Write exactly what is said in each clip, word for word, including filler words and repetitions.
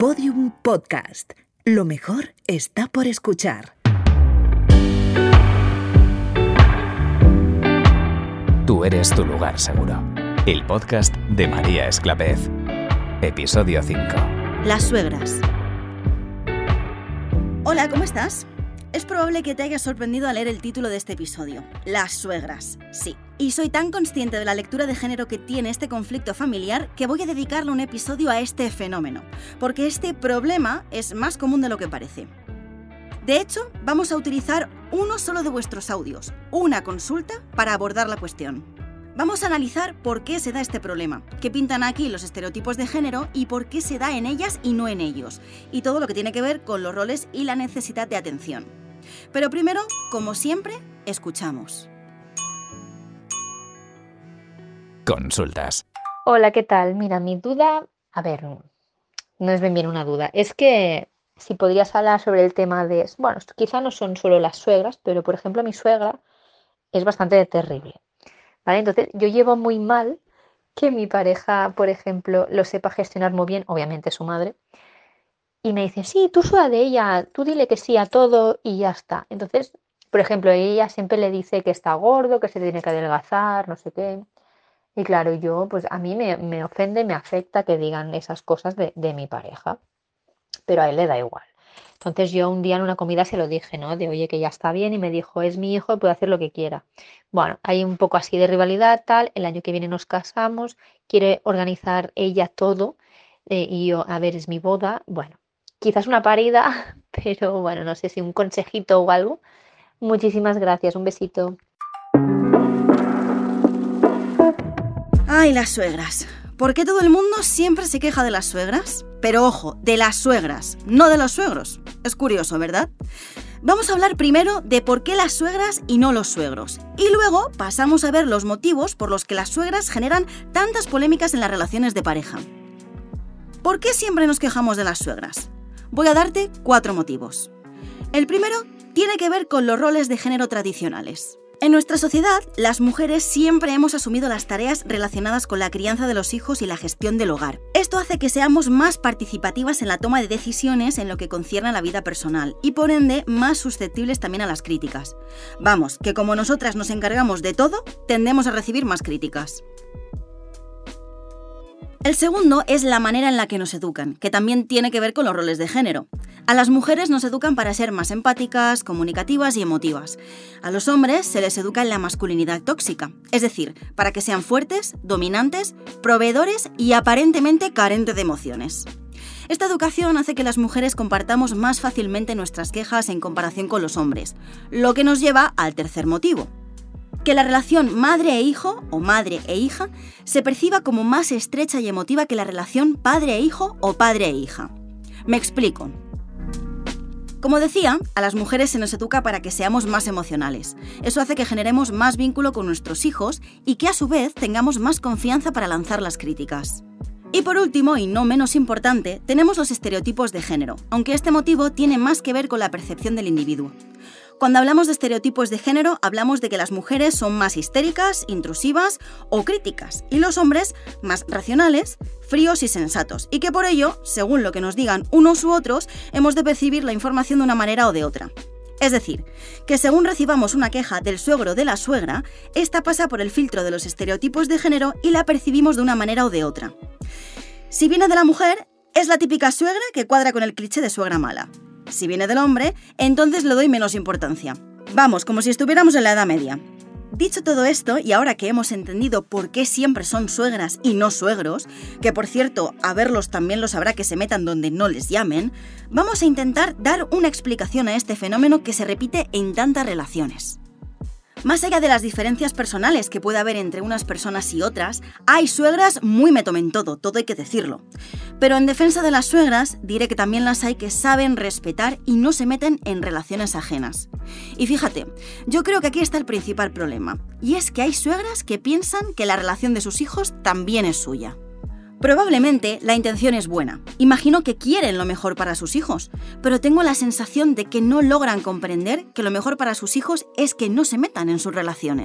Podium Podcast. Lo mejor está por escuchar. Tú eres tu lugar seguro. El podcast de María Esclapez. Episodio cinco. Las suegras. Hola, ¿cómo estás? Es probable que te hayas sorprendido al leer el título de este episodio. Las suegras, sí. Y soy tan consciente de la lectura de género que tiene este conflicto familiar que voy a dedicarle un episodio a este fenómeno, porque este problema es más común de lo que parece. De hecho, vamos a utilizar uno solo de vuestros audios, una consulta, para abordar la cuestión. Vamos a analizar por qué se da este problema, qué pintan aquí los estereotipos de género y por qué se da en ellas y no en ellos, y todo lo que tiene que ver con los roles y la necesidad de atención. Pero primero, como siempre, escuchamos. Consultas. Hola, ¿qué tal? Mira, mi duda, a ver, no es bien bien una duda, es que si podrías hablar sobre el tema de, bueno, quizá no son solo las suegras, pero por ejemplo mi suegra es bastante terrible, ¿vale? Entonces yo llevo muy mal que mi pareja, por ejemplo, lo sepa gestionar muy bien, obviamente su madre, y me dice, sí, tú suda de ella, tú dile que sí a todo y ya está. Entonces, por ejemplo, ella siempre le dice que está gordo, que se tiene que adelgazar, no sé qué. Y claro, yo, pues a mí me, me ofende, me afecta que digan esas cosas de, de mi pareja, pero a él le da igual. Entonces yo un día en una comida se lo dije, ¿no? De oye, que ya está bien, y me dijo, es mi hijo, puede hacer lo que quiera. Bueno, hay un poco así de rivalidad, tal, el año que viene nos casamos, quiere organizar ella todo, eh, y yo, a ver, es mi boda, bueno, quizás una parida, pero bueno, no sé si un consejito o algo. Muchísimas gracias, un besito. Ay, las suegras. ¿Por qué todo el mundo siempre se queja de las suegras? Pero ojo, de las suegras, no de los suegros. Es curioso, ¿verdad? Vamos a hablar primero de por qué las suegras y no los suegros. Y luego pasamos a ver los motivos por los que las suegras generan tantas polémicas en las relaciones de pareja. ¿Por qué siempre nos quejamos de las suegras? Voy a darte cuatro motivos. El primero tiene que ver con los roles de género tradicionales. En nuestra sociedad, las mujeres siempre hemos asumido las tareas relacionadas con la crianza de los hijos y la gestión del hogar. Esto hace que seamos más participativas en la toma de decisiones en lo que concierne a la vida personal y por ende más susceptibles también a las críticas. Vamos, que como nosotras nos encargamos de todo, tendemos a recibir más críticas. El segundo es la manera en la que nos educan, que también tiene que ver con los roles de género. A las mujeres nos educan para ser más empáticas, comunicativas y emotivas. A los hombres se les educa en la masculinidad tóxica, es decir, para que sean fuertes, dominantes, proveedores y aparentemente carentes de emociones. Esta educación hace que las mujeres compartamos más fácilmente nuestras quejas en comparación con los hombres, lo que nos lleva al tercer motivo. Que la relación madre e hijo o madre e hija se perciba como más estrecha y emotiva que la relación padre e hijo o padre e hija. Me explico. Como decía, a las mujeres se nos educa para que seamos más emocionales. Eso hace que generemos más vínculo con nuestros hijos y que a su vez tengamos más confianza para lanzar las críticas. Y por último, y no menos importante, tenemos los estereotipos de género, aunque este motivo tiene más que ver con la percepción del individuo. Cuando hablamos de estereotipos de género, hablamos de que las mujeres son más histéricas, intrusivas o críticas, y los hombres más racionales, fríos y sensatos, y que por ello, según lo que nos digan unos u otros, hemos de percibir la información de una manera o de otra. Es decir, que según recibamos una queja del suegro o de la suegra, esta pasa por el filtro de los estereotipos de género y la percibimos de una manera o de otra. Si viene de la mujer, es la típica suegra que cuadra con el cliché de suegra mala. Si viene del hombre, entonces le doy menos importancia. Vamos, como si estuviéramos en la Edad Media. Dicho todo esto, y ahora que hemos entendido por qué siempre son suegras y no suegros, que por cierto, a verlos también los habrá que se metan donde no les llamen, vamos a intentar dar una explicación a este fenómeno que se repite en tantas relaciones. Más allá de las diferencias personales que puede haber entre unas personas y otras, hay suegras muy me tomen todo, todo hay que decirlo. Pero en defensa de las suegras, diré que también las hay que saben respetar y no se meten en relaciones ajenas. Y fíjate, yo creo que aquí está el principal problema, y es que hay suegras que piensan que la relación de sus hijos también es suya. Probablemente la intención es buena. Imagino que quieren lo mejor para sus hijos, pero tengo la sensación de que no logran comprender que lo mejor para sus hijos es que no se metan en sus relaciones.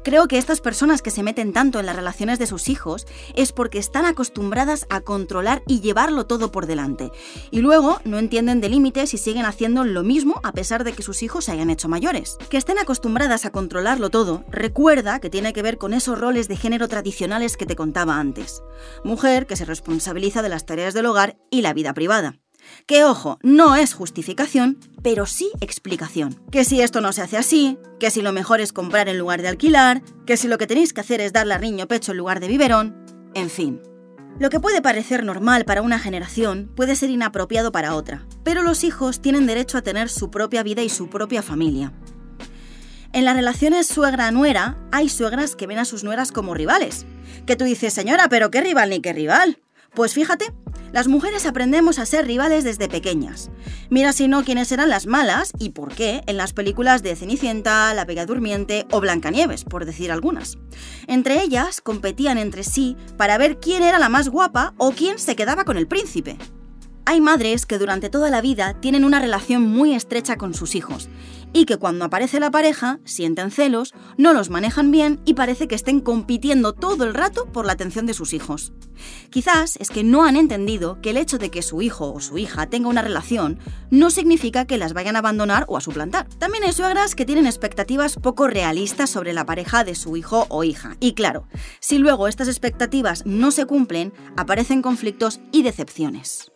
Creo que estas personas que se meten tanto en las relaciones de sus hijos es porque están acostumbradas a controlar y llevarlo todo por delante. Y luego no entienden de límites y siguen haciendo lo mismo a pesar de que sus hijos se hayan hecho mayores. Que estén acostumbradas a controlarlo todo, recuerda que tiene que ver con esos roles de género tradicionales que te contaba antes. Mujer que se responsabiliza de las tareas del hogar y la vida privada. Que, ojo, no es justificación, pero sí explicación. Que si esto no se hace así, que si lo mejor es comprar en lugar de alquilar, que si lo que tenéis que hacer es darle al niño pecho en lugar de biberón, en fin. Lo que puede parecer normal para una generación puede ser inapropiado para otra, pero los hijos tienen derecho a tener su propia vida y su propia familia. En las relaciones suegra-nuera hay suegras que ven a sus nueras como rivales. Que tú dices, señora, ¿pero qué rival ni qué rival? Pues fíjate, las mujeres aprendemos a ser rivales desde pequeñas. Mira si no quiénes eran las malas y por qué en las películas de Cenicienta, La Bella Durmiente o Blancanieves, por decir algunas. Entre ellas competían entre sí para ver quién era la más guapa o quién se quedaba con el príncipe. Hay madres que durante toda la vida tienen una relación muy estrecha con sus hijos y que cuando aparece la pareja sienten celos, no los manejan bien y parece que estén compitiendo todo el rato por la atención de sus hijos. Quizás es que no han entendido que el hecho de que su hijo o su hija tenga una relación no significa que las vayan a abandonar o a suplantar. También hay suegras que tienen expectativas poco realistas sobre la pareja de su hijo o hija. Y claro, si luego estas expectativas no se cumplen, aparecen conflictos y decepciones.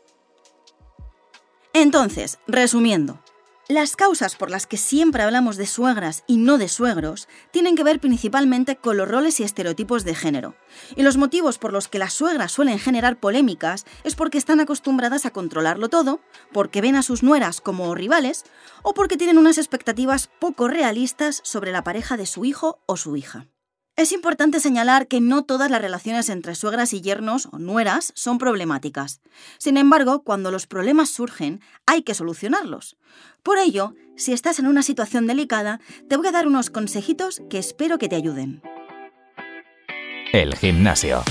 Entonces, resumiendo, las causas por las que siempre hablamos de suegras y no de suegros tienen que ver principalmente con los roles y estereotipos de género. Y los motivos por los que las suegras suelen generar polémicas es porque están acostumbradas a controlarlo todo, porque ven a sus nueras como rivales o porque tienen unas expectativas poco realistas sobre la pareja de su hijo o su hija. Es importante señalar que no todas las relaciones entre suegras y yernos o nueras son problemáticas. Sin embargo, cuando los problemas surgen, hay que solucionarlos. Por ello, si estás en una situación delicada, te voy a dar unos consejitos que espero que te ayuden. El gimnasio.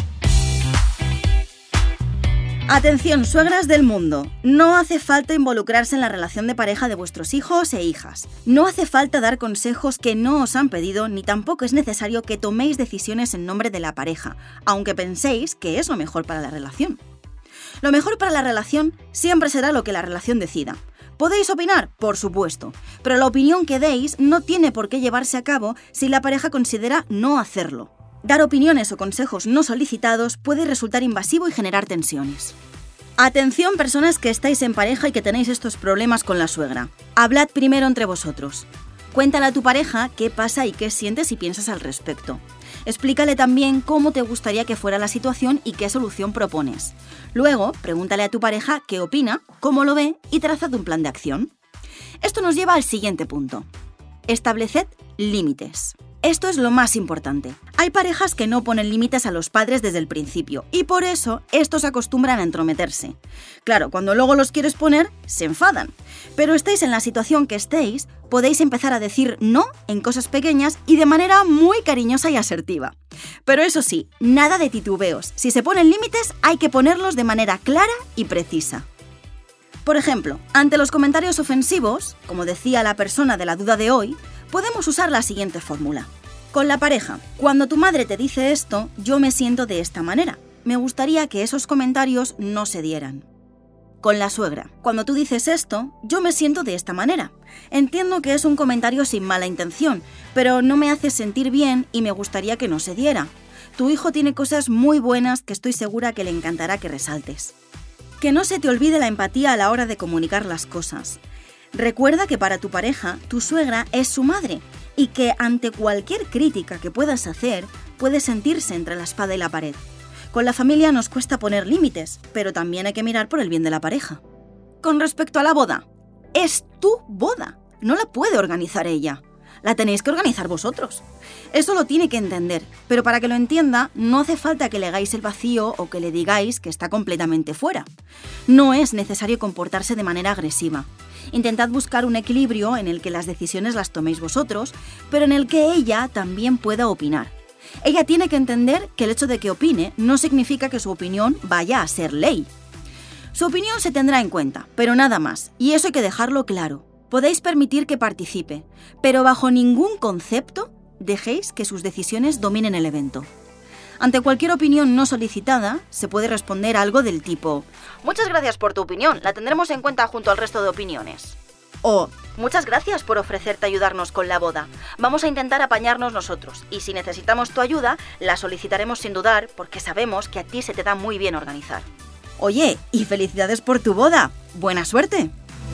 Atención, suegras del mundo. No hace falta involucrarse en la relación de pareja de vuestros hijos e hijas. No hace falta dar consejos que no os han pedido, ni tampoco es necesario que toméis decisiones en nombre de la pareja, aunque penséis que es lo mejor para la relación. Lo mejor para la relación siempre será lo que la relación decida. ¿Podéis opinar? Por supuesto, pero la opinión que deis no tiene por qué llevarse a cabo si la pareja considera no hacerlo. Dar opiniones o consejos no solicitados puede resultar invasivo y generar tensiones. Atención, personas que estáis en pareja y que tenéis estos problemas con la suegra. Hablad primero entre vosotros. Cuéntale a tu pareja qué pasa y qué sientes y piensas al respecto. Explícale también cómo te gustaría que fuera la situación y qué solución propones. Luego, pregúntale a tu pareja qué opina, cómo lo ve y trazad un plan de acción. Esto nos lleva al siguiente punto. Estableced límites. Esto es lo más importante. Hay parejas que no ponen límites a los padres desde el principio y por eso estos acostumbran a entrometerse. Claro, cuando luego los quieres poner, se enfadan. Pero estéis en la situación que estéis, podéis empezar a decir no en cosas pequeñas y de manera muy cariñosa y asertiva. Pero eso sí, nada de titubeos. Si se ponen límites, hay que ponerlos de manera clara y precisa. Por ejemplo, ante los comentarios ofensivos, como decía la persona de la duda de hoy, podemos usar la siguiente fórmula. Con la pareja, cuando tu madre te dice esto, yo me siento de esta manera. Me gustaría que esos comentarios no se dieran. Con la suegra, cuando tú dices esto, yo me siento de esta manera. Entiendo que es un comentario sin mala intención, pero no me hace sentir bien y me gustaría que no se diera. Tu hijo tiene cosas muy buenas que estoy segura que le encantará que resaltes. Que no se te olvide la empatía a la hora de comunicar las cosas. Recuerda que para tu pareja, tu suegra es su madre y que ante cualquier crítica que puedas hacer, puede sentirse entre la espada y la pared. Con la familia nos cuesta poner límites, pero también hay que mirar por el bien de la pareja. Con respecto a la boda, es tu boda, no la puede organizar ella. La tenéis que organizar vosotros. Eso lo tiene que entender, pero para que lo entienda, no hace falta que le hagáis el vacío o que le digáis que está completamente fuera. No es necesario comportarse de manera agresiva. Intentad buscar un equilibrio en el que las decisiones las toméis vosotros, pero en el que ella también pueda opinar. Ella tiene que entender que el hecho de que opine no significa que su opinión vaya a ser ley. Su opinión se tendrá en cuenta, pero nada más, y eso hay que dejarlo claro. Podéis permitir que participe, pero bajo ningún concepto dejéis que sus decisiones dominen el evento. Ante cualquier opinión no solicitada, se puede responder algo del tipo: muchas gracias por tu opinión, la tendremos en cuenta junto al resto de opiniones. O, muchas gracias por ofrecerte ayudarnos con la boda. Vamos a intentar apañarnos nosotros, y si necesitamos tu ayuda, la solicitaremos sin dudar, porque sabemos que a ti se te da muy bien organizar. Oye, y felicidades por tu boda. ¡Buena suerte!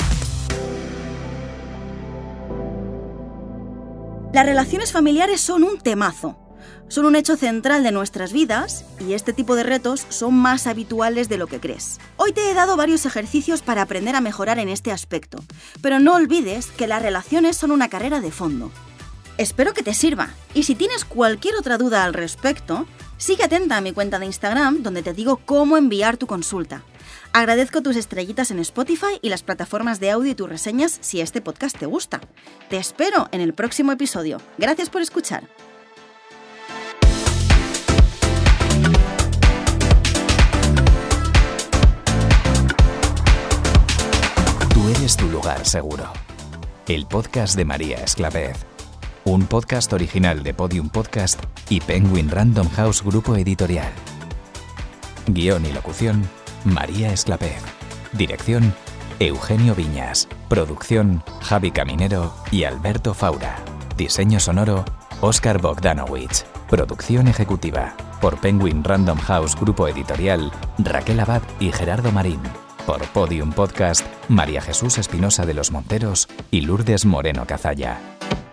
Las relaciones familiares son un temazo. Son un hecho central de nuestras vidas y este tipo de retos son más habituales de lo que crees. Hoy te he dado varios ejercicios para aprender a mejorar en este aspecto, pero no olvides que las relaciones son una carrera de fondo. Espero que te sirva y si tienes cualquier otra duda al respecto, sigue atenta a mi cuenta de Instagram donde te digo cómo enviar tu consulta. Agradezco tus estrellitas en Spotify y las plataformas de audio y tus reseñas si este podcast te gusta. Te espero en el próximo episodio. Gracias por escuchar. Tú eres tu lugar seguro. El podcast de María Esclavez. Un podcast original de Podium Podcast y Penguin Random House Grupo Editorial. Guión y locución, María Esclavez. Dirección, Eugenio Viñas. Producción, Javi Caminero y Alberto Faura. Diseño sonoro, Óscar Bogdanowicz. Producción ejecutiva, por Penguin Random House Grupo Editorial, Raquel Abad y Gerardo Marín. Por Podium Podcast, María Jesús Espinosa de los Monteros y Lourdes Moreno Cazalla.